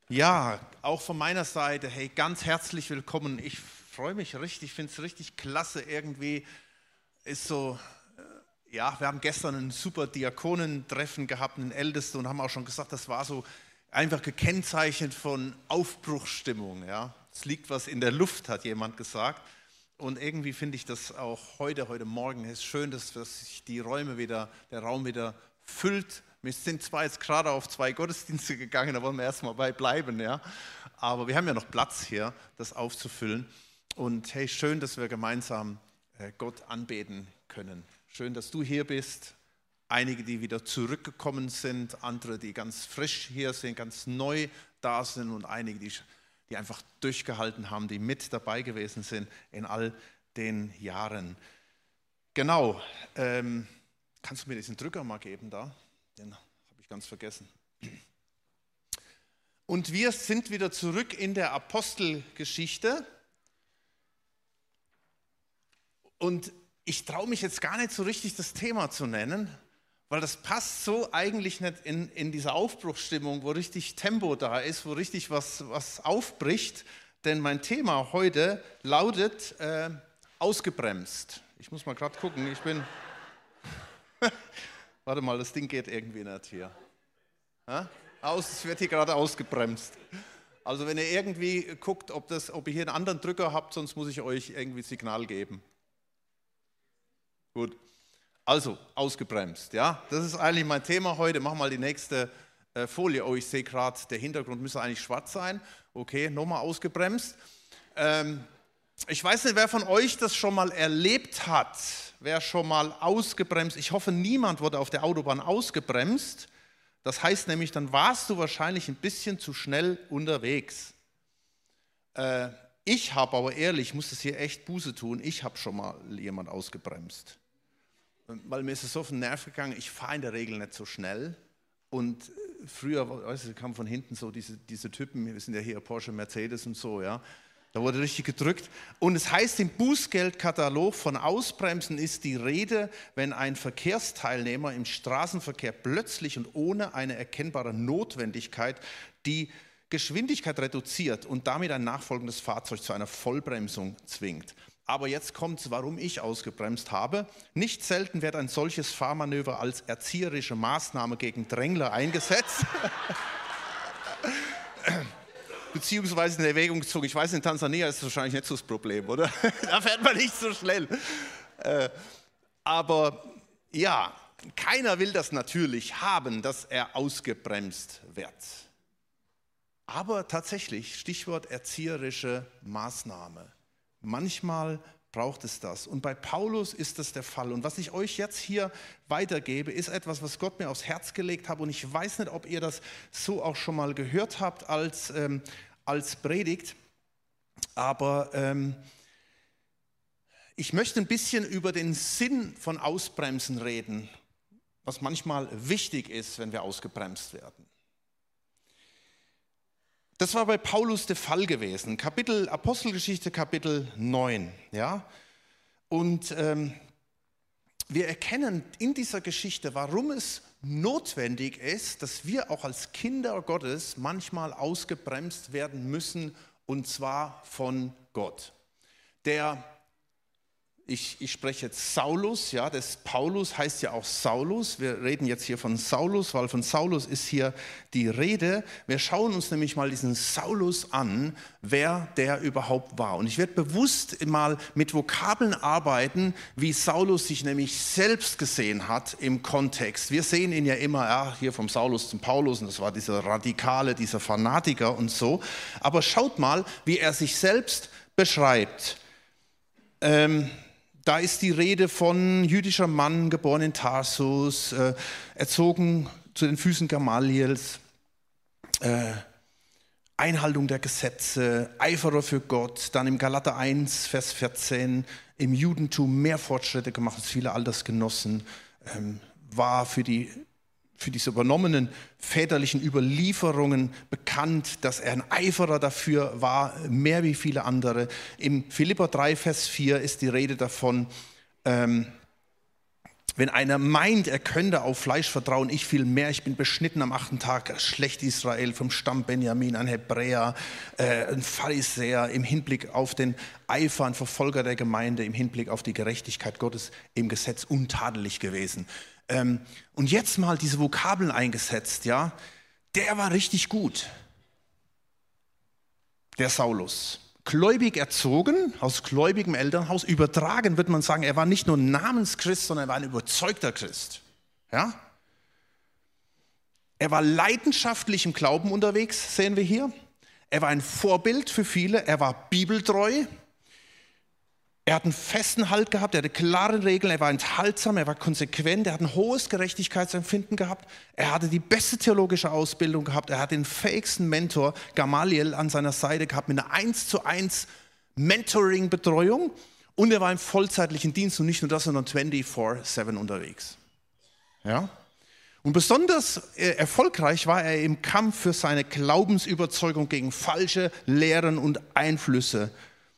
Ja, auch von meiner Seite, hey, ganz herzlich willkommen. Ich freue mich richtig, finde es richtig klasse. Irgendwie ist so, ja, wir haben gestern ein super Diakonentreffen gehabt, einen Ältesten, und haben auch schon gesagt, das war so einfach gekennzeichnet von Aufbruchsstimmung. Ja, es liegt was in der Luft, hat jemand gesagt. Und irgendwie finde ich das auch heute Morgen ist schön, dass sich der Raum wieder füllt. Wir sind zwar jetzt gerade auf 2 Gottesdienste gegangen, da wollen wir erstmal bei bleiben, ja. Aber wir haben ja noch Platz hier, das aufzufüllen. Und hey, schön, dass wir gemeinsam Gott anbeten können. Schön, dass du hier bist. Einige, die wieder zurückgekommen sind, andere, die ganz frisch hier sind, ganz neu da sind, und einige, die einfach durchgehalten haben, die mit dabei gewesen sind in all den Jahren. Genau. Kannst du mir diesen Drücker mal geben da? Den habe ich ganz vergessen. Und wir sind wieder zurück in der Apostelgeschichte. Und ich traue mich jetzt gar nicht so richtig, das Thema zu nennen, weil das passt so eigentlich nicht in dieser Aufbruchsstimmung, wo richtig Tempo da ist, wo richtig was aufbricht. Denn mein Thema heute lautet ausgebremst. Ich muss mal gerade gucken, warte mal, das Ding geht irgendwie nicht hier. Es wird hier gerade ausgebremst. Also wenn ihr irgendwie guckt, ob ihr hier einen anderen Drücker habt, sonst muss ich euch irgendwie Signal geben. Gut, also ausgebremst, ja. Das ist eigentlich mein Thema heute. Mach mal die nächste Folie. Oh, ich sehe gerade, der Hintergrund müsste eigentlich schwarz sein. Okay, nochmal ausgebremst. Ich weiß nicht, wer von euch das schon mal erlebt hat. Wer schon mal ausgebremst? Ich hoffe, niemand wurde auf der Autobahn ausgebremst. Das heißt nämlich, dann warst du wahrscheinlich ein bisschen zu schnell unterwegs. Ich habe aber ehrlich, ich muss das hier echt Buße tun, ich habe schon mal jemand ausgebremst. Weil mir ist es so auf den Nerv gegangen, ich fahre in der Regel nicht so schnell. Und früher, weißt du, kamen von hinten so diese Typen, wir sind ja hier Porsche, Mercedes und so, ja. Da wurde richtig gedrückt. Und es heißt im Bußgeldkatalog, von Ausbremsen ist die Rede, wenn ein Verkehrsteilnehmer im Straßenverkehr plötzlich und ohne eine erkennbare Notwendigkeit die Geschwindigkeit reduziert und damit ein nachfolgendes Fahrzeug zu einer Vollbremsung zwingt. Aber jetzt kommt es, warum ich ausgebremst habe. Nicht selten wird ein solches Fahrmanöver als erzieherische Maßnahme gegen Drängler eingesetzt. Beziehungsweise in Erwägung gezogen. Ich weiß, in Tansania ist das wahrscheinlich nicht so das Problem, oder? Da fährt man nicht so schnell. Aber ja, keiner will das natürlich haben, dass er ausgebremst wird. Aber tatsächlich, Stichwort erzieherische Maßnahme. Manchmal braucht es das. Und bei Paulus ist das der Fall. Und was ich euch jetzt hier weitergebe, ist etwas, was Gott mir aufs Herz gelegt hat. Und ich weiß nicht, ob ihr das so auch schon mal gehört habt als Predigt. Aber ich möchte ein bisschen über den Sinn von Ausbremsen reden, was manchmal wichtig ist, wenn wir ausgebremst werden. Das war bei Paulus der Fall gewesen. Apostelgeschichte Kapitel 9. Ja? Und wir erkennen in dieser Geschichte, warum es notwendig ist, dass wir auch als Kinder Gottes manchmal ausgebremst werden müssen, und zwar von Gott. Ich spreche jetzt Saulus, ja, das Paulus heißt ja auch Saulus. Wir reden jetzt hier von Saulus, weil von Saulus ist hier die Rede. Wir schauen uns nämlich mal diesen Saulus an, wer der überhaupt war. Und ich werde bewusst mal mit Vokabeln arbeiten, wie Saulus sich nämlich selbst gesehen hat im Kontext. Wir sehen ihn ja immer, ja, hier vom Saulus zum Paulus, und das war dieser Radikale, dieser Fanatiker und so. Aber schaut mal, wie er sich selbst beschreibt. Da ist die Rede von jüdischer Mann, geboren in Tarsus, erzogen zu den Füßen Gamaliels, Einhaltung der Gesetze, Eiferer für Gott, dann im Galater 1, Vers 14, im Judentum mehr Fortschritte gemacht als viele Altersgenossen, war für diese übernommenen väterlichen Überlieferungen bekannt, dass er ein Eiferer dafür war, mehr wie viele andere. Im Philipper 3, Vers 4 ist die Rede davon, Wenn einer meint, er könnte auf Fleisch vertrauen, ich viel mehr, ich bin beschnitten am 8. Tag, schlecht Israel, vom Stamm Benjamin, ein Hebräer, ein Pharisäer im Hinblick auf den Eifer, ein Verfolger der Gemeinde, im Hinblick auf die Gerechtigkeit Gottes im Gesetz untadelig gewesen. Und jetzt mal diese Vokabeln eingesetzt, ja, der war richtig gut, der Saulus. Gläubig erzogen, aus gläubigem Elternhaus, übertragen wird man sagen, er war nicht nur ein Namenschrist, sondern er war ein überzeugter Christ. Ja? Er war leidenschaftlich im Glauben unterwegs, sehen wir hier. Er war ein Vorbild für viele, er war bibeltreu. Er hat einen festen Halt gehabt, er hatte klare Regeln, er war enthaltsam, er war konsequent, er hat ein hohes Gerechtigkeitsempfinden gehabt, er hatte die beste theologische Ausbildung gehabt, er hat den fähigsten Mentor Gamaliel an seiner Seite gehabt mit einer 1:1 Mentoring-Betreuung und er war im vollzeitlichen Dienst und nicht nur das, sondern 24/7 unterwegs. Ja? Und besonders erfolgreich war er im Kampf für seine Glaubensüberzeugung gegen falsche Lehren und Einflüsse.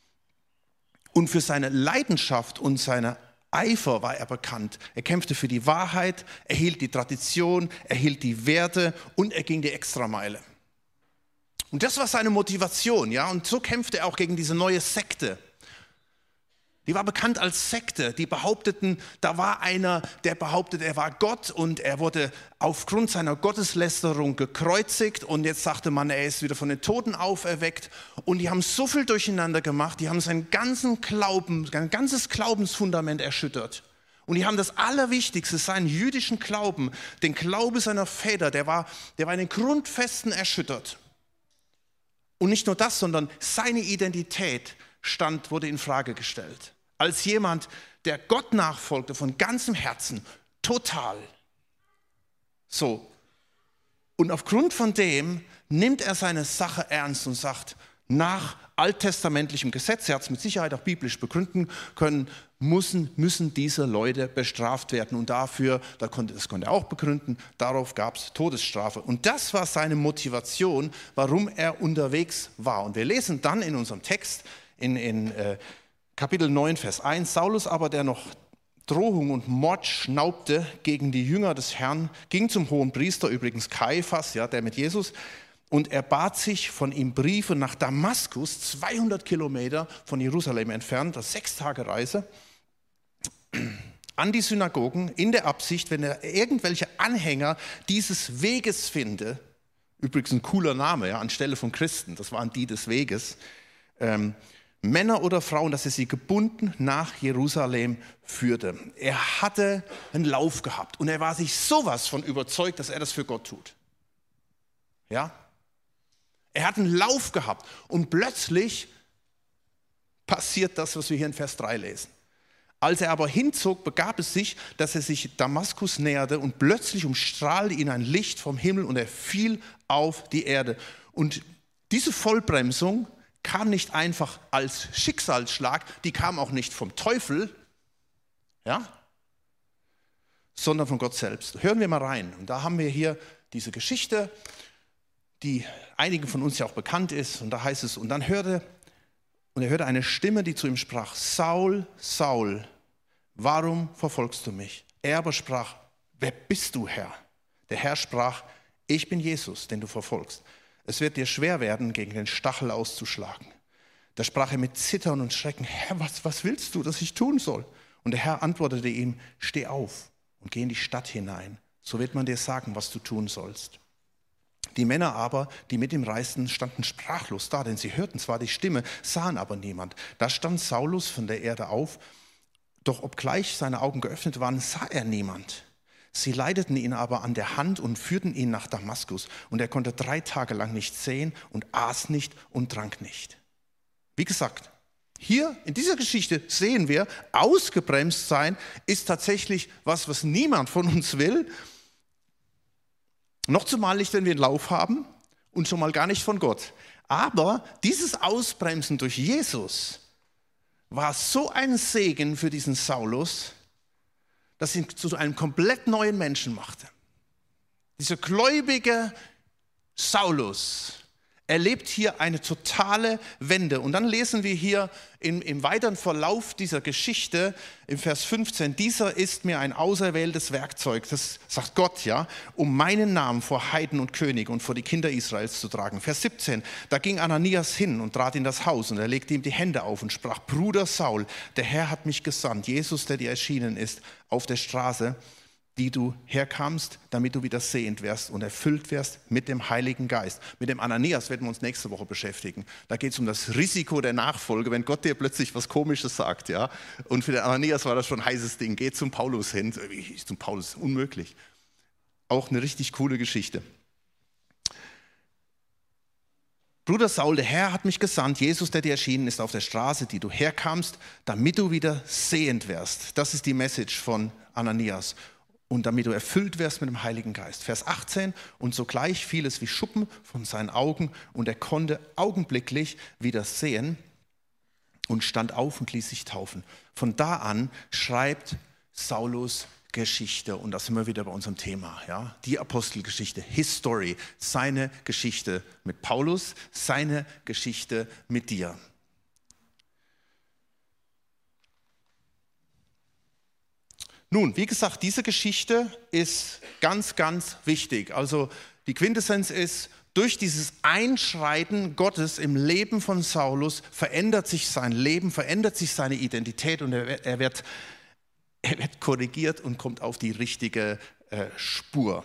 Und für seine Leidenschaft und seine Eifer war er bekannt. Er kämpfte für die Wahrheit, er hielt die Tradition, er hielt die Werte und er ging die Extrameile. Und das war seine Motivation, ja. Und so kämpfte er auch gegen diese neue Sekte. Die war bekannt als Sekte. Die behaupteten, da war einer, der behauptet, er war Gott und er wurde aufgrund seiner Gotteslästerung gekreuzigt und jetzt sagte man, er ist wieder von den Toten auferweckt. Und die haben so viel durcheinander gemacht, die haben seinen ganzen Glauben, sein ganzes Glaubensfundament erschüttert. Und die haben das Allerwichtigste, seinen jüdischen Glauben, den Glaube seiner Väter, der war in den Grundfesten erschüttert. Und nicht nur das, sondern seine Identität wurde in Frage gestellt. Als jemand, der Gott nachfolgte von ganzem Herzen, total. So. Und aufgrund von dem nimmt er seine Sache ernst und sagt, nach alttestamentlichem Gesetz, er hat es mit Sicherheit auch biblisch begründen können, müssen diese Leute bestraft werden. Und dafür, das konnte er auch begründen, darauf gab es Todesstrafe. Und das war seine Motivation, warum er unterwegs war. Und wir lesen dann in unserem Text, in Kapitel 9, Vers 1, Saulus aber, der noch Drohung und Mord schnaubte gegen die Jünger des Herrn, ging zum Hohenpriester, übrigens Kaiphas, ja, der mit Jesus, und er bat sich von ihm Briefe nach Damaskus, 200 Kilometer von Jerusalem entfernt, das 6 Tage Reise, an die Synagogen, in der Absicht, wenn er irgendwelche Anhänger dieses Weges finde, übrigens ein cooler Name, ja, anstelle von Christen, das waren die des Weges, Männer oder Frauen, dass er sie gebunden nach Jerusalem führte. Er hatte einen Lauf gehabt und er war sich sowas von überzeugt, dass er das für Gott tut. Ja? Er hat einen Lauf gehabt und plötzlich passiert das, was wir hier in Vers 3 lesen. Als er aber hinzog, begab es sich, dass er sich Damaskus näherte und plötzlich umstrahlte ihn ein Licht vom Himmel und er fiel auf die Erde. Und diese Vollbremsung kam nicht einfach als Schicksalsschlag, die kam auch nicht vom Teufel, ja, sondern von Gott selbst. Hören wir mal rein. Und da haben wir hier diese Geschichte, die einigen von uns ja auch bekannt ist. Und da heißt es, und er hörte eine Stimme, die zu ihm sprach, Saul, Saul, warum verfolgst du mich? Er aber sprach, wer bist du, Herr? Der Herr sprach, ich bin Jesus, den du verfolgst. Es wird dir schwer werden, gegen den Stachel auszuschlagen. Da sprach er mit Zittern und Schrecken, Herr, was willst du, dass ich tun soll? Und der Herr antwortete ihm, steh auf und geh in die Stadt hinein. So wird man dir sagen, was du tun sollst. Die Männer aber, die mit ihm reisten, standen sprachlos da, denn sie hörten zwar die Stimme, sahen aber niemand. Da stand Saulus von der Erde auf, doch obgleich seine Augen geöffnet waren, sah er niemand. Sie leiteten ihn aber an der Hand und führten ihn nach Damaskus. Und er konnte 3 Tage lang nicht sehen und aß nicht und trank nicht. Wie gesagt, hier in dieser Geschichte sehen wir, ausgebremst sein ist tatsächlich was niemand von uns will. Noch zumal nicht, wenn wir einen Lauf haben und schon mal gar nicht von Gott. Aber dieses Ausbremsen durch Jesus war so ein Segen für diesen Saulus, das ihn zu einem komplett neuen Menschen machte. Dieser gläubige Saulus, erlebt hier eine totale Wende. Und dann lesen wir hier im weiteren Verlauf dieser Geschichte im Vers 15, dieser ist mir ein auserwähltes Werkzeug, das sagt Gott, ja, um meinen Namen vor Heiden und König und vor die Kinder Israels zu tragen. Vers 17, da ging Ananias hin und trat in das Haus und er legte ihm die Hände auf und sprach, Bruder Saul, der Herr hat mich gesandt, Jesus, der dir erschienen ist, auf der Straße, die du herkamst, damit du wieder sehend wirst und erfüllt wirst mit dem Heiligen Geist. Mit dem Ananias werden wir uns nächste Woche beschäftigen. Da geht es um das Risiko der Nachfolge, wenn Gott dir plötzlich was Komisches sagt. Ja? Und für den Ananias war das schon ein heißes Ding. Geh zum Paulus hin. Zum Paulus, unmöglich. Auch eine richtig coole Geschichte. Bruder Saul, der Herr hat mich gesandt, Jesus, der dir erschienen ist auf der Straße, die du herkamst, damit du wieder sehend wirst. Das ist die Message von Ananias. Und damit du erfüllt wirst mit dem Heiligen Geist. Vers 18, und sogleich fiel es wie Schuppen von seinen Augen und er konnte augenblicklich wieder sehen und stand auf und ließ sich taufen. Von da an schreibt Saulus Geschichte und da sind wir wieder bei unserem Thema. Ja? Die Apostelgeschichte, His Story, seine Geschichte mit Paulus, seine Geschichte mit dir. Nun, wie gesagt, diese Geschichte ist ganz, ganz wichtig. Also die Quintessenz ist, durch dieses Einschreiten Gottes im Leben von Saulus verändert sich sein Leben, verändert sich seine Identität und er wird korrigiert und kommt auf die richtige Spur.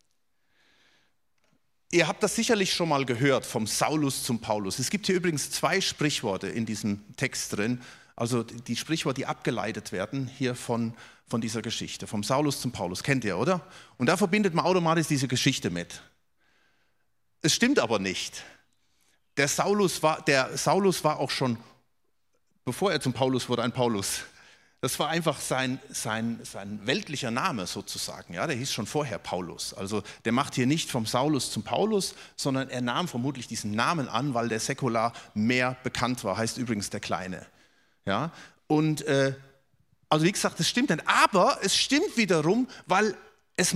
Ihr habt das sicherlich schon mal gehört, vom Saulus zum Paulus. Es gibt hier übrigens 2 Sprichworte in diesem Text drin. Also die Sprichworte, die abgeleitet werden hier von dieser Geschichte, vom Saulus zum Paulus, kennt ihr, oder? Und da verbindet man automatisch diese Geschichte mit. Es stimmt aber nicht. Der Saulus war auch schon, bevor er zum Paulus wurde, ein Paulus. Das war einfach sein weltlicher Name sozusagen. Ja, der hieß schon vorher Paulus. Also der macht hier nicht vom Saulus zum Paulus, sondern er nahm vermutlich diesen Namen an, weil der säkular mehr bekannt war. Heißt übrigens der Kleine. Ja, und also wie gesagt, das stimmt nicht, aber es stimmt wiederum, weil er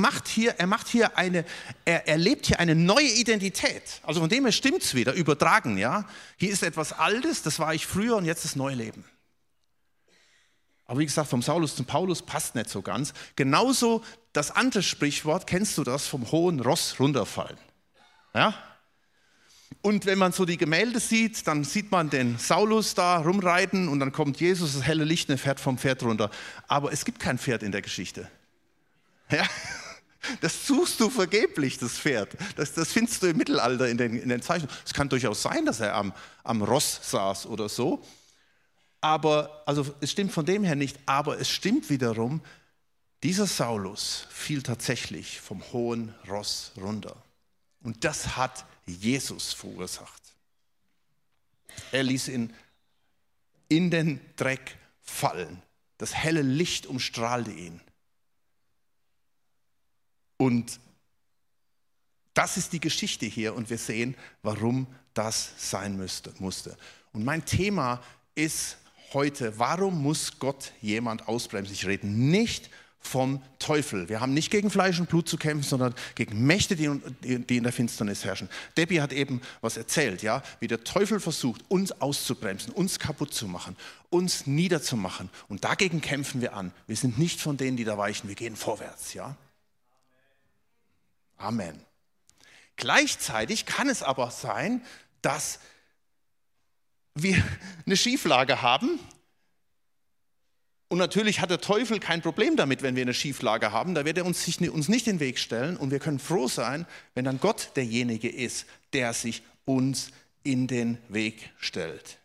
lebt hier eine neue Identität. Also von dem her stimmt es wieder, übertragen, ja. Hier ist etwas Altes, das war ich früher und jetzt das neue Leben. Aber wie gesagt, vom Saulus zum Paulus passt nicht so ganz. Genauso das andere Sprichwort, kennst du das, vom hohen Ross runterfallen? Ja? Und wenn man so die Gemälde sieht, dann sieht man den Saulus da rumreiten und dann kommt Jesus, das helle Licht, und er fährt vom Pferd runter. Aber es gibt kein Pferd in der Geschichte. Ja? Das suchst du vergeblich, das Pferd. Das findest du im Mittelalter in den Zeichnungen. Es kann durchaus sein, dass er am Ross saß oder so. Aber, also es stimmt von dem her nicht, aber es stimmt wiederum, dieser Saulus fiel tatsächlich vom hohen Ross runter. Und das hat Jesus verursacht. Er ließ ihn in den Dreck fallen. Das helle Licht umstrahlte ihn. Und das ist die Geschichte hier und wir sehen, warum das sein musste. Und mein Thema ist heute, warum muss Gott jemand ausbremsen? Ich rede nicht vom Teufel. Wir haben nicht gegen Fleisch und Blut zu kämpfen, sondern gegen Mächte, die in der Finsternis herrschen. Debbie hat eben was erzählt, ja, wie der Teufel versucht, uns auszubremsen, uns kaputt zu machen, uns niederzumachen. Und dagegen kämpfen wir an. Wir sind nicht von denen, die da weichen. Wir gehen vorwärts, ja. Amen. Gleichzeitig kann es aber sein, dass wir eine Schieflage haben. Und natürlich hat der Teufel kein Problem damit, wenn wir eine Schieflage haben. Da wird er uns nicht in den Weg stellen. Und wir können froh sein, wenn dann Gott derjenige ist, der sich uns in den Weg stellt.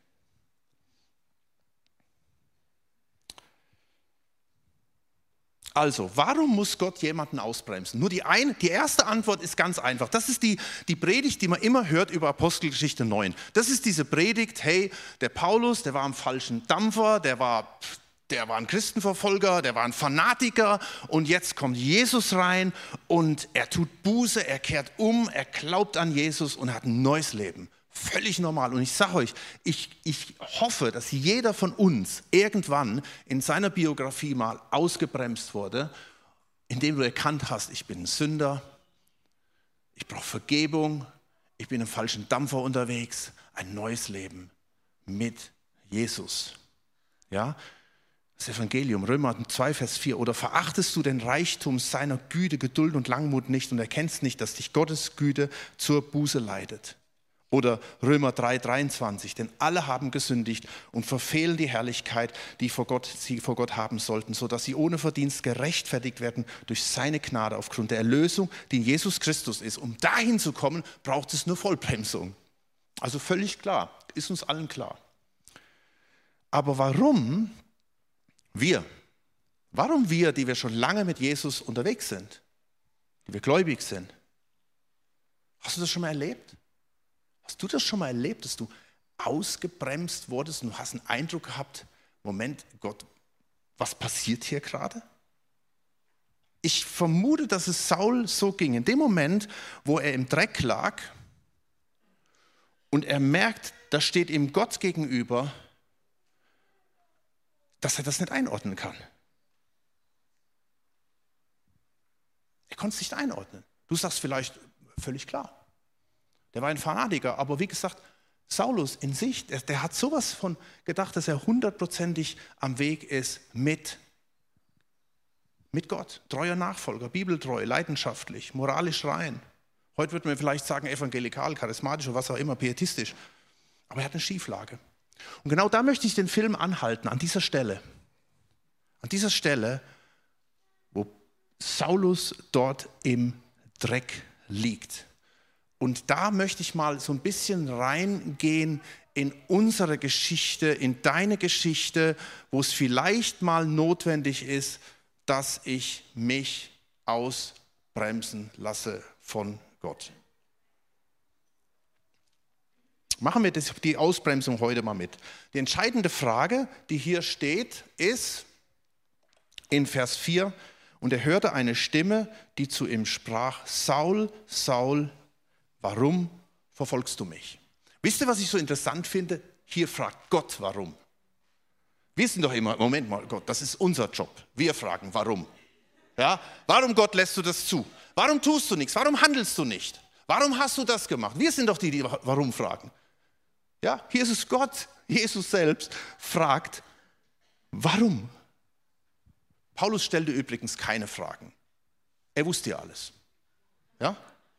Also, warum muss Gott jemanden ausbremsen? Nur die erste Antwort ist ganz einfach. Das ist die Predigt, die man immer hört über Apostelgeschichte 9. Das ist diese Predigt, hey, der Paulus, der war am falschen Dampfer, der war ein Christenverfolger, der war ein Fanatiker und jetzt kommt Jesus rein und er tut Buße, er kehrt um, er glaubt an Jesus und hat ein neues Leben. Völlig normal. Und ich sage euch, ich hoffe, dass jeder von uns irgendwann in seiner Biografie mal ausgebremst wurde, indem du erkannt hast, ich bin ein Sünder, ich brauche Vergebung, ich bin im falschen Dampfer unterwegs. Ein neues Leben mit Jesus. Ja? Das Evangelium, Römer 2, Vers 4. Oder verachtest du den Reichtum seiner Güte, Geduld und Langmut nicht und erkennst nicht, dass dich Gottes Güte zur Buße leitet? Oder Römer 3, 23. Denn alle haben gesündigt und verfehlen die Herrlichkeit, die sie vor Gott haben sollten, sodass sie ohne Verdienst gerechtfertigt werden durch seine Gnade aufgrund der Erlösung, die in Jesus Christus ist. Um dahin zu kommen, braucht es nur Vollbremsung. Also völlig klar, ist uns allen klar. Aber warum wir, die wir schon lange mit Jesus unterwegs sind, die wir gläubig sind, hast du das schon mal erlebt? Hast du das schon mal erlebt, dass du ausgebremst wurdest und du hast einen Eindruck gehabt, Moment, Gott, was passiert hier gerade? Ich vermute, dass es Saul so ging. In dem Moment, wo er im Dreck lag und er merkt, da steht ihm Gott gegenüber, dass er das nicht einordnen kann. Er konnte es nicht einordnen. Du sagst vielleicht, völlig klar. Der war ein Fanatiker, aber wie gesagt, Saulus in sich, der hat sowas von gedacht, dass er 100%ig am Weg ist mit Gott. Treuer Nachfolger, bibeltreu, leidenschaftlich, moralisch rein. Heute würde man vielleicht sagen evangelikal, charismatisch oder was auch immer, pietistisch. Aber er hat eine Schieflage. Und genau da möchte ich den Film anhalten, an dieser Stelle. An dieser Stelle, wo Saulus dort im Dreck liegt. Und da möchte ich mal so ein bisschen reingehen in unsere Geschichte, in deine Geschichte, wo es vielleicht mal notwendig ist, dass ich mich ausbremsen lasse von Gott. Machen wir die Ausbremsung heute mal mit. Die entscheidende Frage, die hier steht, ist in Vers 4, und er hörte eine Stimme, die zu ihm sprach, Saul, Saul, warum verfolgst du mich? Wisst ihr, was ich so interessant finde? Hier fragt Gott, warum. Wir sind doch immer, Moment mal, Gott, das ist unser Job. Wir fragen, warum? Ja? Warum, Gott, lässt du das zu? Warum tust du nichts? Warum handelst du nicht? Warum hast du das gemacht? Wir sind doch die, die warum fragen. Ja, hier ist es Gott, Jesus selbst, fragt, warum? Paulus stellte übrigens keine Fragen. Er wusste ja alles. Ja?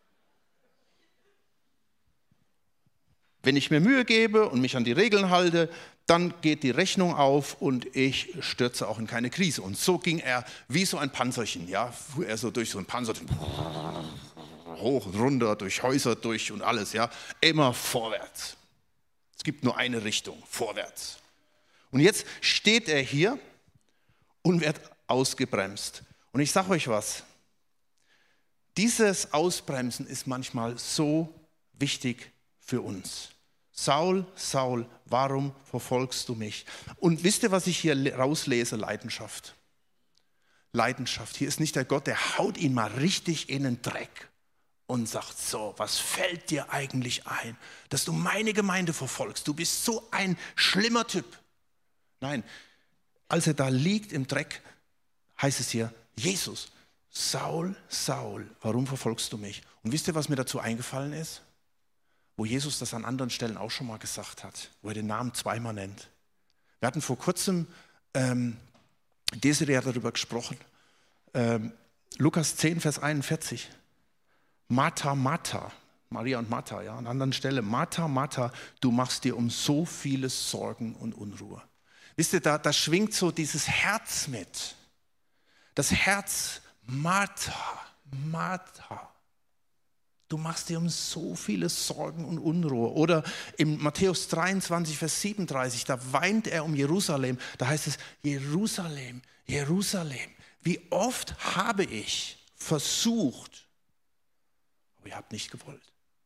Wenn ich mir Mühe gebe und mich an die Regeln halte, dann geht die Rechnung auf und ich stürze auch in keine Krise. Und so ging er wie so ein Panzerchen, ja, fuhr er so durch so ein Panzer, hoch und runter, durch Häuser durch und alles, ja, immer vorwärts. Es gibt nur eine Richtung, vorwärts. Und jetzt steht er hier und wird ausgebremst. Und ich sage euch was, dieses Ausbremsen ist manchmal so wichtig für uns. Saul, Saul, warum verfolgst du mich? Und wisst ihr, was ich hier rauslese? Leidenschaft. Leidenschaft. Hier ist nicht der Gott, der haut ihn mal richtig in den Dreck und sagt, so, was fällt dir eigentlich ein, dass du meine Gemeinde verfolgst? Du bist so ein schlimmer Typ. Nein, als er da liegt im Dreck, heißt es hier, Jesus, Saul, Saul, warum verfolgst du mich? Und wisst ihr, was mir dazu eingefallen ist? Wo Jesus das an anderen Stellen auch schon mal gesagt hat, wo er den Namen zweimal nennt. Wir hatten vor kurzem, Desiree hat darüber gesprochen, Lukas 10, Vers 41. Martha, Martha, Maria und Martha, ja, an anderen Stellen. Martha, Martha, du machst dir um so viele Sorgen und Unruhe. Wisst ihr, da schwingt so dieses Herz mit. Das Herz, Martha, Martha. Du machst dir um so viele Sorgen und Unruhe. Oder in Matthäus 23, Vers 37, da weint er um Jerusalem. Da heißt es, Jerusalem, Jerusalem, wie oft habe ich versucht, aber ihr habt nicht gewollt.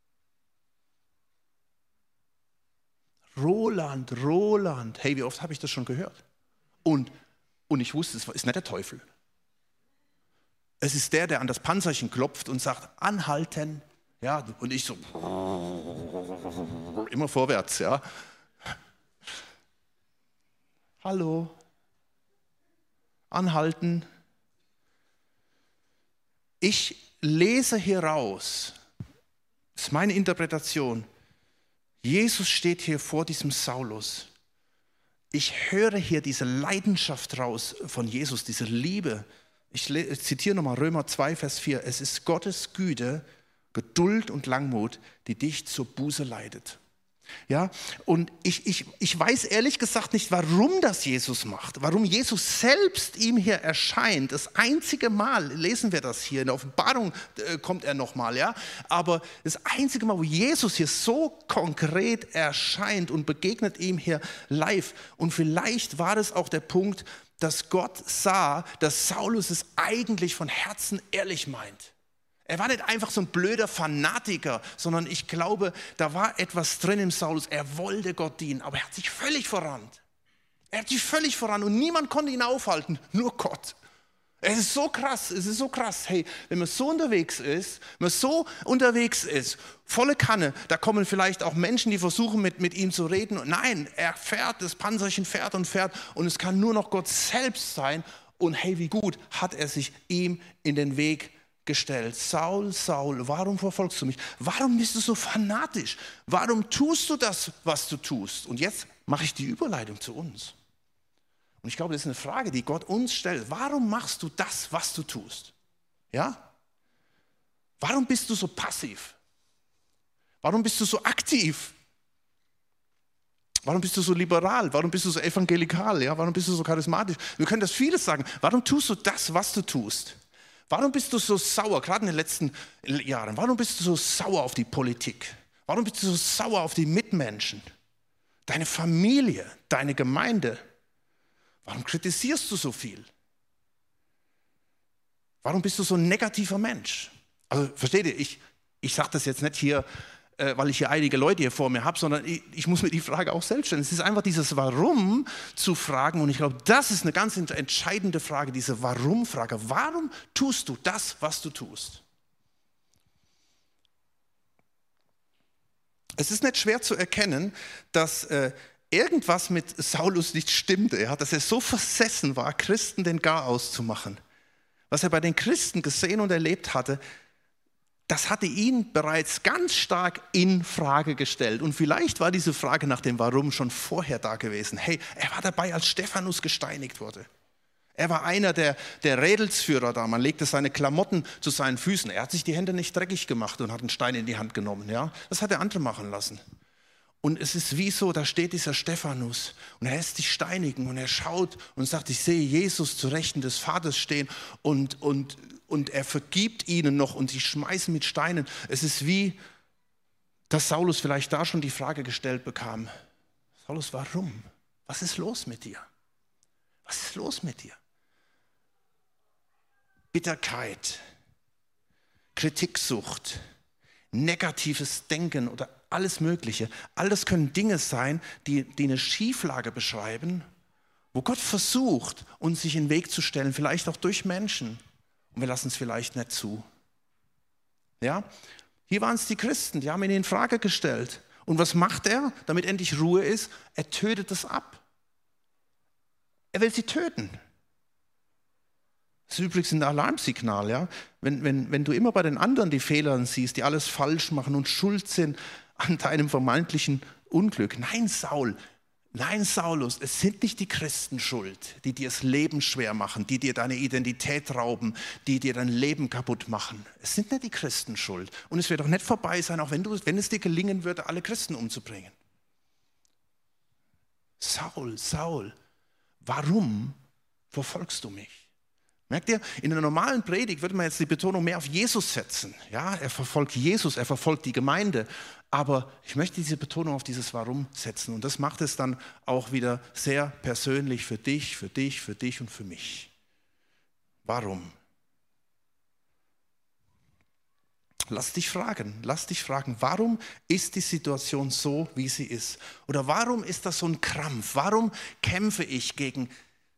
Roland, Roland, hey, wie oft habe ich das schon gehört? Und ich wusste, es ist nicht der Teufel. Es ist der an das Panzerchen klopft und sagt, anhalten. Ja, und ich so, immer vorwärts, ja. Hallo, anhalten. Ich lese hier raus, Das ist meine Interpretation. Jesus steht hier vor diesem Saulus. Ich höre hier diese Leidenschaft raus von Jesus, diese Liebe. Ich zitiere nochmal Römer 2, Vers 4. Es ist Gottes Güte, Geduld und Langmut, die dich zur Buße leitet. Ja, und ich weiß ehrlich gesagt nicht, warum das Jesus macht, warum Jesus selbst ihm hier erscheint. Das einzige Mal lesen wir das hier, in der Offenbarung kommt er nochmal, ja. Aber das einzige Mal, wo Jesus hier so konkret erscheint und begegnet ihm hier live. Und vielleicht war das auch der Punkt, dass Gott sah, dass Saulus es eigentlich von Herzen ehrlich meint. Er war nicht einfach so ein blöder Fanatiker, sondern ich glaube, da war etwas drin im Saulus. Er wollte Gott dienen, aber er hat sich völlig verrannt. Er hat sich völlig verrannt und niemand konnte ihn aufhalten, nur Gott. Es ist so krass, Hey, wenn man so unterwegs ist, volle Kanne, da kommen vielleicht auch Menschen, die versuchen mit ihm zu reden. Und nein, er fährt, das Panzerchen fährt und es kann nur noch Gott selbst sein. Und hey, wie gut hat er sich ihm in den Weg gestellt. Saul, Saul, warum verfolgst du mich? Warum bist du so fanatisch? Warum tust du das, was du tust? Und jetzt mache ich die Überleitung zu uns. Und ich glaube, das ist eine Frage, die Gott uns stellt. Warum machst du das, was du tust? Ja? Warum bist du so passiv? Warum bist du so aktiv? Warum bist du so liberal? Warum bist du so evangelikal? Ja? Warum bist du so charismatisch? Wir können das vieles sagen. Warum tust du das, was du tust? Warum bist du so sauer, gerade in den letzten Jahren? Warum bist du so sauer auf die Politik? Warum bist du so sauer auf die Mitmenschen? Deine Familie, deine Gemeinde? Warum kritisierst du so viel? Warum bist du so ein negativer Mensch? Also versteht ihr, ich sage das jetzt nicht hier, weil ich hier einige Leute hier vor mir habe, sondern ich muss mir die Frage auch selbst stellen. Es ist einfach dieses Warum zu fragen und ich glaube, das ist eine ganz entscheidende Frage, diese Warum-Frage. Warum tust du das, was du tust? Es ist nicht schwer zu erkennen, dass irgendwas mit Saulus nicht stimmte, ja? Dass er so versessen war, Christen den Garaus zu machen. Was er bei den Christen gesehen und erlebt hatte, das hatte ihn bereits ganz stark in Frage gestellt. Und vielleicht war diese Frage nach dem Warum schon vorher da gewesen. Hey, er war dabei, als Stephanus gesteinigt wurde. Er war einer der Rädelsführer da. Man legte seine Klamotten zu seinen Füßen. Er hat sich die Hände nicht dreckig gemacht und hat einen Stein in die Hand genommen. Ja? Das hat er andere machen lassen. Und es ist wie so, da steht dieser Stephanus und er lässt sich steinigen und er schaut und sagt, ich sehe Jesus zu Rechten des Vaters stehen und er vergibt ihnen noch und sie schmeißen mit Steinen. Es ist wie, dass Saulus vielleicht da schon die Frage gestellt bekam, Saulus, warum? Was ist los mit dir? Was ist los mit dir? Bitterkeit, Kritiksucht, negatives Denken oder alles Mögliche. All das können Dinge sein, die eine Schieflage beschreiben, wo Gott versucht, uns sich in den Weg zu stellen, vielleicht auch durch Menschen. Und wir lassen es vielleicht nicht zu. Ja? Hier waren es die Christen, die haben ihn in Frage gestellt. Und was macht er, damit endlich Ruhe ist? Er tötet es ab. Er will sie töten. Das ist übrigens ein Alarmsignal. Ja? Wenn du immer bei den anderen die Fehler siehst, die alles falsch machen und schuld sind an deinem vermeintlichen Unglück. Nein, Saulus, es sind nicht die Christen schuld, die dir das Leben schwer machen, die dir deine Identität rauben, die dir dein Leben kaputt machen. Es sind nicht die Christen schuld. Und es wird auch nicht vorbei sein, auch wenn es dir gelingen würde, alle Christen umzubringen. Saul, warum verfolgst du mich? Merkt ihr, in einer normalen Predigt würde man jetzt die Betonung mehr auf Jesus setzen. Ja, er verfolgt Jesus, er verfolgt die Gemeinde. Aber ich möchte diese Betonung auf dieses Warum setzen. Und das macht es dann auch wieder sehr persönlich für dich und für mich. Warum? Lass dich fragen, warum ist die Situation so, wie sie ist? Oder warum ist das so ein Krampf? Warum kämpfe ich gegen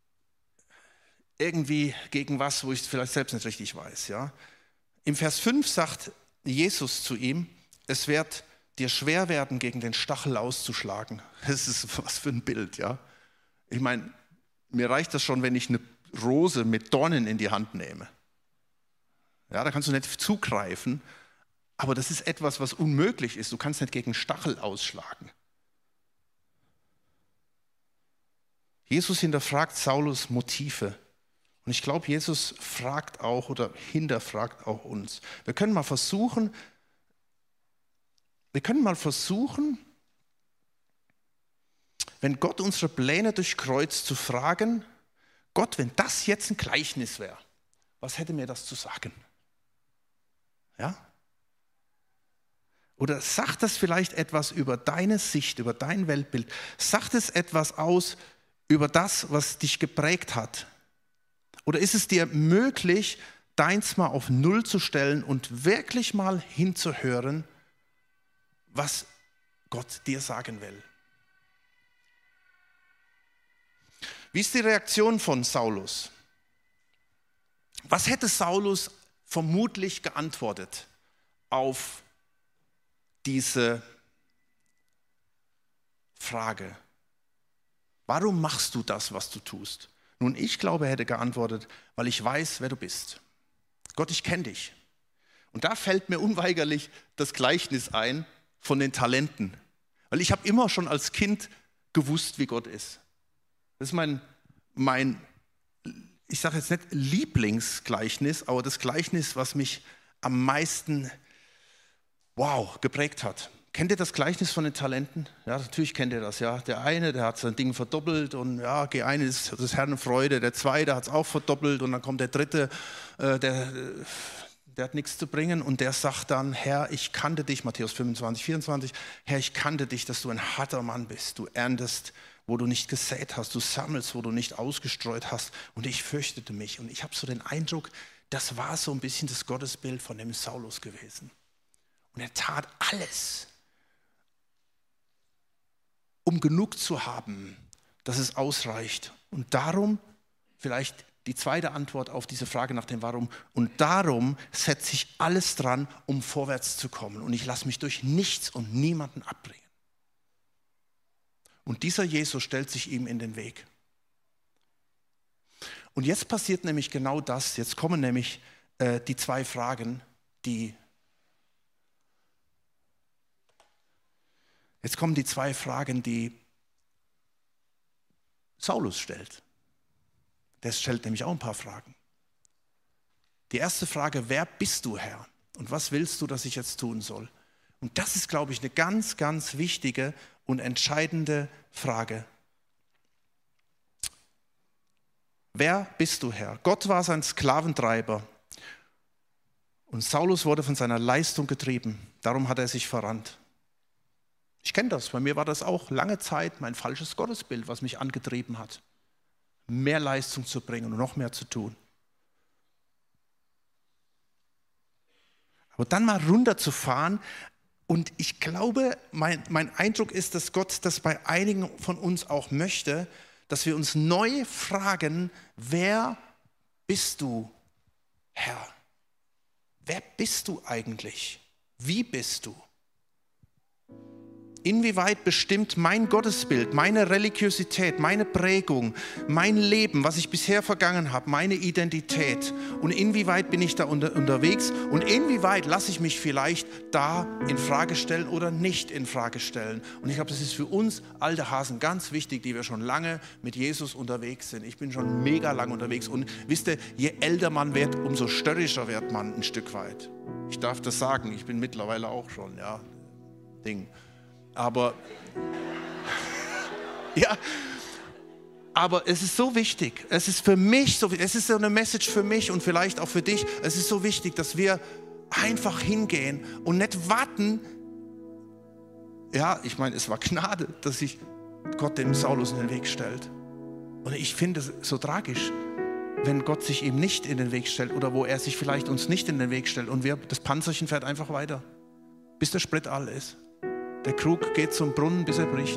was, wo ich es vielleicht selbst nicht richtig weiß. Ja? Im Vers 5 sagt Jesus zu ihm, es wird dir schwer werden, gegen den Stachel auszuschlagen. Das ist was für ein Bild. Ja? Ich meine, mir reicht das schon, wenn ich eine Rose mit Dornen in die Hand nehme. Ja, da kannst du nicht zugreifen, Aber das ist etwas, was unmöglich ist. Du kannst nicht gegen Stachel ausschlagen. Jesus hinterfragt Saulus Motive. Und ich glaube, Jesus fragt auch oder hinterfragt auch uns. Wir können mal versuchen, wenn Gott unsere Pläne durchkreuzt, zu fragen, Gott, wenn das jetzt ein Gleichnis wäre, was hätte mir das zu sagen? Ja? Oder sagt das vielleicht etwas über deine Sicht, über dein Weltbild? Sagt es etwas aus über das, was dich geprägt hat? Oder ist es dir möglich, deins mal auf Null zu stellen und wirklich mal hinzuhören, was Gott dir sagen will? Wie ist die Reaktion von Saulus? Was hätte Saulus vermutlich geantwortet auf diese Frage? Warum machst du das, was du tust? Nun, ich glaube, er hätte geantwortet, weil ich weiß, wer du bist. Gott, ich kenne dich. Und da fällt mir unweigerlich das Gleichnis ein von den Talenten. Weil ich habe immer schon als Kind gewusst, wie Gott ist. Das ist mein ich sage jetzt nicht Lieblingsgleichnis, aber das Gleichnis, was mich am meisten, geprägt hat. Kennt ihr das Gleichnis von den Talenten? Ja, natürlich kennt ihr das. Ja. Der eine, der hat sein Ding verdoppelt und ja, der eine ist des Herrn Freude. Der zweite hat es auch verdoppelt und dann kommt der dritte, der hat nichts zu bringen und der sagt dann, Herr, ich kannte dich, Matthäus 25, 24, Herr, ich kannte dich, dass du ein harter Mann bist. Du erntest, wo du nicht gesät hast, du sammelst, wo du nicht ausgestreut hast und ich fürchtete mich. Und ich habe so den Eindruck, das war so ein bisschen das Gottesbild von dem Saulus gewesen. Und er tat alles, um genug zu haben, dass es ausreicht. Und darum, vielleicht die zweite Antwort auf diese Frage nach dem Warum, und darum setze ich alles dran, um vorwärts zu kommen. Und ich lasse mich durch nichts und niemanden abbringen. Und dieser Jesus stellt sich ihm in den Weg. Und jetzt passiert nämlich genau das. Jetzt kommen nämlich die zwei Fragen, die Saulus stellt. Der stellt nämlich auch ein paar Fragen. Die erste Frage, wer bist du, Herr? Und was willst du, dass ich jetzt tun soll? Und das ist, glaube ich, eine ganz, ganz wichtige und entscheidende Frage. Wer bist du, Herr? Gott war sein Sklaventreiber und Saulus wurde von seiner Leistung getrieben. Darum hat er sich verrannt. Ich kenne das, bei mir war das auch lange Zeit mein falsches Gottesbild, was mich angetrieben hat, mehr Leistung zu bringen und noch mehr zu tun. Aber dann mal runterzufahren und ich glaube, mein Eindruck ist, dass Gott das bei einigen von uns auch möchte, dass wir uns neu fragen, wer bist du, Herr? Wer bist du eigentlich? Wie bist du? Inwieweit bestimmt mein Gottesbild, meine Religiosität, meine Prägung, mein Leben, was ich bisher vergangen habe, meine Identität und inwieweit bin ich da unterwegs und inwieweit lasse ich mich vielleicht da in Frage stellen oder nicht in Frage stellen. Und ich glaube, das ist für uns alte Hasen ganz wichtig, die wir schon lange mit Jesus unterwegs sind. Ich bin schon mega lang unterwegs und wisst ihr, je älter man wird, umso störrischer wird man ein Stück weit. Ich darf das sagen, ich bin mittlerweile auch schon, Aber es ist so wichtig, es ist für mich so, es ist so eine Message für mich und vielleicht auch für dich, es ist so wichtig, dass wir einfach hingehen und nicht warten. Ja, ich meine, es war Gnade, dass sich Gott dem Saulus in den Weg stellt. Und ich finde es so tragisch, wenn Gott sich ihm nicht in den Weg stellt oder wo er sich vielleicht uns nicht in den Weg stellt und das Panzerchen fährt einfach weiter, bis der Sprit all ist. Der Krug geht zum Brunnen, bis er bricht.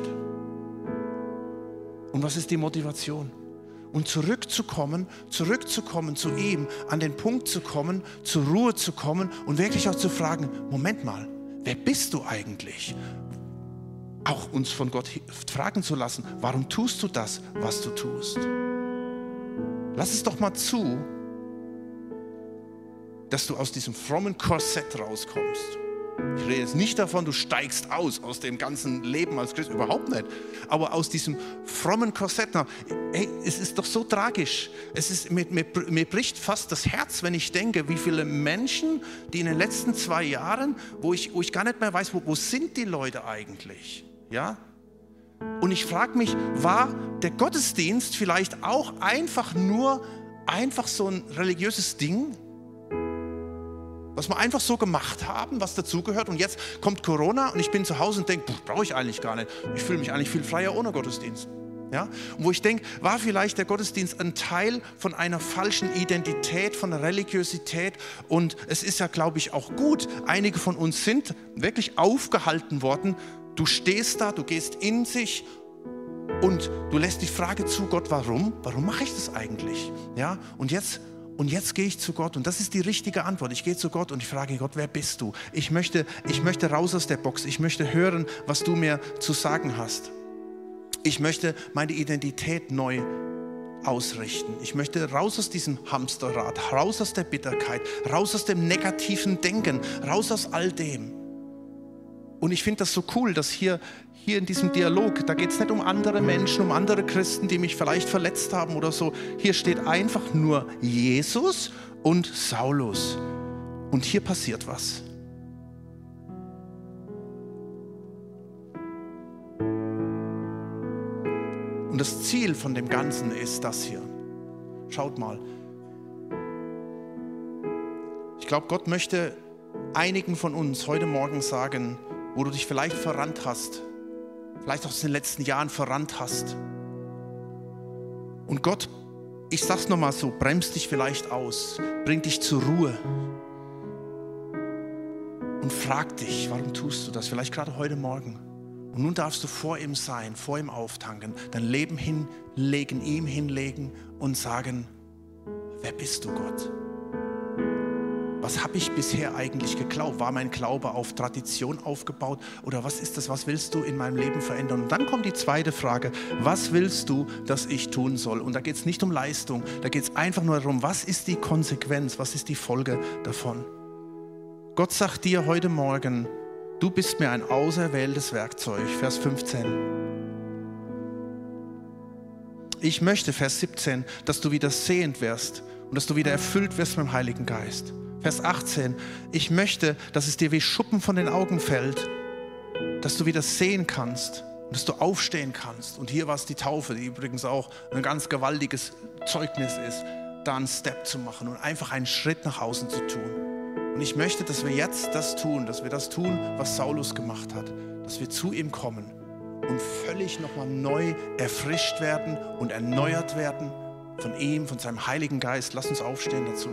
Und was ist die Motivation? Und zurückzukommen zu ihm, an den Punkt zu kommen, zur Ruhe zu kommen und wirklich auch zu fragen, Moment mal, wer bist du eigentlich? Auch uns von Gott fragen zu lassen, warum tust du das, was du tust? Lass es doch mal zu, dass du aus diesem frommen Korsett rauskommst Ich rede jetzt nicht davon, du steigst aus dem ganzen Leben als Christ, überhaupt nicht. Aber aus diesem frommen Korsett. Hey, es ist doch so tragisch. Mir bricht fast das Herz, wenn ich denke, wie viele Menschen, die in den letzten 2 Jahren, wo ich gar nicht mehr weiß, wo sind die Leute eigentlich? Ja? Und ich frage mich, war der Gottesdienst vielleicht auch einfach so ein religiöses Ding? Was wir einfach so gemacht haben, was dazugehört. Und jetzt kommt Corona und ich bin zu Hause und denke, brauche ich eigentlich gar nicht. Ich fühle mich eigentlich viel freier ohne Gottesdienst. Ja? Und wo ich denke, war vielleicht der Gottesdienst ein Teil von einer falschen Identität, von Religiosität. Und es ist ja, glaube ich, auch gut. Einige von uns sind wirklich aufgehalten worden. Du stehst da, du gehst in sich und du lässt die Frage zu, Gott, warum? Warum mache ich das eigentlich? Ja? Und jetzt gehe ich zu Gott und das ist die richtige Antwort. Ich gehe zu Gott und ich frage Gott, wer bist du? Ich möchte raus aus der Box. Ich möchte hören, was du mir zu sagen hast. Ich möchte meine Identität neu ausrichten. Ich möchte raus aus diesem Hamsterrad, raus aus der Bitterkeit, raus aus dem negativen Denken, raus aus all dem. Und ich finde das so cool, dass hier in diesem Dialog, da geht es nicht um andere Menschen, um andere Christen, die mich vielleicht verletzt haben oder so. Hier steht einfach nur Jesus und Saulus. Und hier passiert was. Und das Ziel von dem Ganzen ist das hier. Schaut mal. Ich glaube, Gott möchte einigen von uns heute Morgen sagen, wo du dich vielleicht verrannt hast, vielleicht auch in den letzten Jahren verrannt hast. Und Gott, ich sag's nochmal so, bremst dich vielleicht aus, bringt dich zur Ruhe und fragt dich, warum tust du das? Vielleicht gerade heute Morgen. Und nun darfst du vor ihm sein, vor ihm auftanken, dein Leben hinlegen, ihm hinlegen und sagen, wer bist du, Gott? Was habe ich bisher eigentlich geglaubt? War mein Glaube auf Tradition aufgebaut? Oder was ist das? Was willst du in meinem Leben verändern? Und dann kommt die zweite Frage. Was willst du, dass ich tun soll? Und da geht es nicht um Leistung. Da geht es einfach nur darum, was ist die Konsequenz? Was ist die Folge davon? Gott sagt dir heute Morgen, du bist mir ein auserwähltes Werkzeug. Vers 15. Ich möchte, Vers 17, dass du wieder sehend wirst und dass du wieder erfüllt wirst mit dem Heiligen Geist. Vers 18, ich möchte, dass es dir wie Schuppen von den Augen fällt, dass du wieder sehen kannst und dass du aufstehen kannst. Und hier war es die Taufe, die übrigens auch ein ganz gewaltiges Zeugnis ist, da einen Step zu machen und einfach einen Schritt nach außen zu tun. Und ich möchte, dass wir jetzt das tun, was Saulus gemacht hat, dass wir zu ihm kommen und völlig nochmal neu erfrischt werden und erneuert werden von ihm, von seinem Heiligen Geist. Lass uns aufstehen dazu.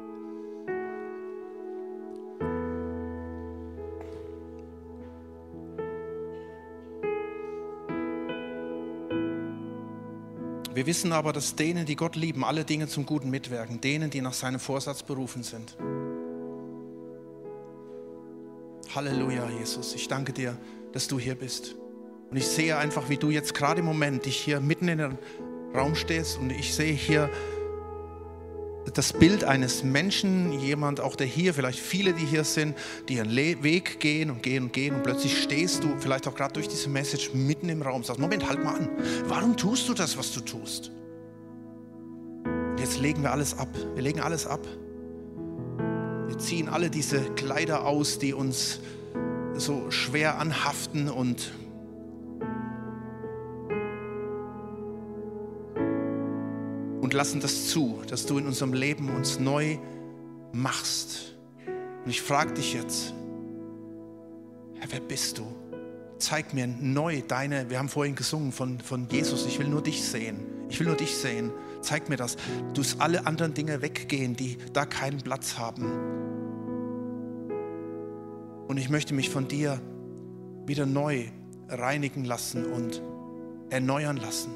Wir wissen aber, dass denen, die Gott lieben, alle Dinge zum Guten mitwirken, denen, die nach seinem Vorsatz berufen sind. Halleluja, Jesus. Ich danke dir, dass du hier bist. Und ich sehe einfach, wie du jetzt gerade im Moment dich hier mitten in den Raum stehst und ich sehe hier das Bild eines Menschen, jemand auch der hier, vielleicht viele, die hier sind, die ihren Weg gehen und plötzlich stehst du vielleicht auch gerade durch diese Message mitten im Raum und sagst, Moment, halt mal an, warum tust du das, was du tust? Und jetzt legen wir alles ab, wir legen alles ab. Wir ziehen alle diese Kleider aus, die uns so schwer anhaften und lassen das zu, dass du in unserem Leben uns neu machst. Und ich frage dich jetzt, Herr, wer bist du? Zeig mir neu wir haben vorhin gesungen von Jesus, ich will nur dich sehen. Ich will nur dich sehen. Zeig mir das. Du musst alle anderen Dinge weggehen, die da keinen Platz haben. Und ich möchte mich von dir wieder neu reinigen lassen und erneuern lassen.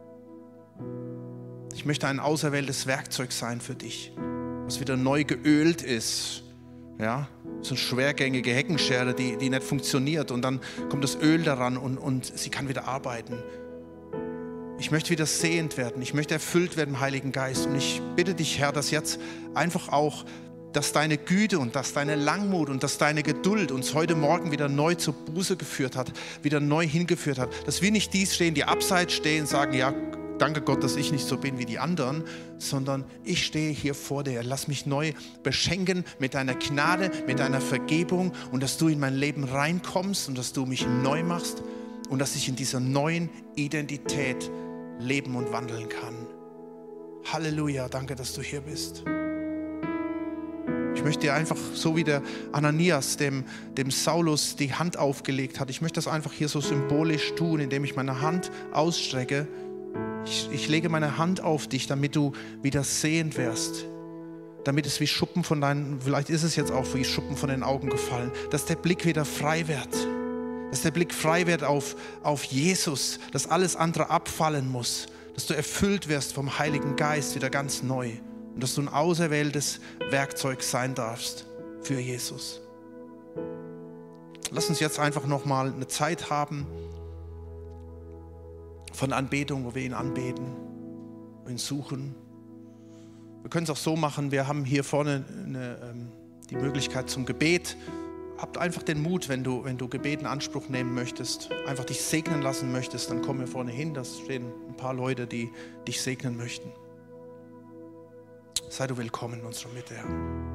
Ich möchte ein auserwähltes Werkzeug sein für dich, was wieder neu geölt ist. Ja? So eine schwergängige Heckenschere, die nicht funktioniert und dann kommt das Öl daran und sie kann wieder arbeiten. Ich möchte wieder sehend werden, ich möchte erfüllt werden im Heiligen Geist und ich bitte dich, Herr, dass jetzt einfach auch dass deine Güte und dass deine Langmut und dass deine Geduld uns heute Morgen wieder neu zur Buße geführt hat, wieder neu hingeführt hat. Dass wir nicht die stehen, die abseits stehen und sagen, ja, danke Gott, dass ich nicht so bin wie die anderen, sondern ich stehe hier vor dir. Lass mich neu beschenken mit deiner Gnade, mit deiner Vergebung und dass du in mein Leben reinkommst und dass du mich neu machst und dass ich in dieser neuen Identität leben und wandeln kann. Halleluja, danke, dass du hier bist. Ich möchte dir einfach, so wie der Ananias dem Saulus die Hand aufgelegt hat, ich möchte das einfach hier so symbolisch tun, indem ich meine Hand ausstrecke. Ich lege meine Hand auf dich, damit du wieder sehend wirst. Damit es wie Schuppen von deinen, vielleicht ist es jetzt auch wie Schuppen von den Augen gefallen, dass der Blick wieder frei wird. Dass der Blick frei wird auf Jesus, dass alles andere abfallen muss. Dass du erfüllt wirst vom Heiligen Geist wieder ganz neu. Und dass du ein auserwähltes Werkzeug sein darfst für Jesus. Lass uns jetzt einfach nochmal eine Zeit haben von Anbetung, wo wir ihn anbeten, ihn suchen. Wir können es auch so machen, wir haben hier vorne die Möglichkeit zum Gebet. Habt einfach den Mut, wenn du Gebet in Anspruch nehmen möchtest, einfach dich segnen lassen möchtest, dann komm hier vorne hin, da stehen ein paar Leute, die dich segnen möchten. Sei du willkommen in unserer Mitte, Herr.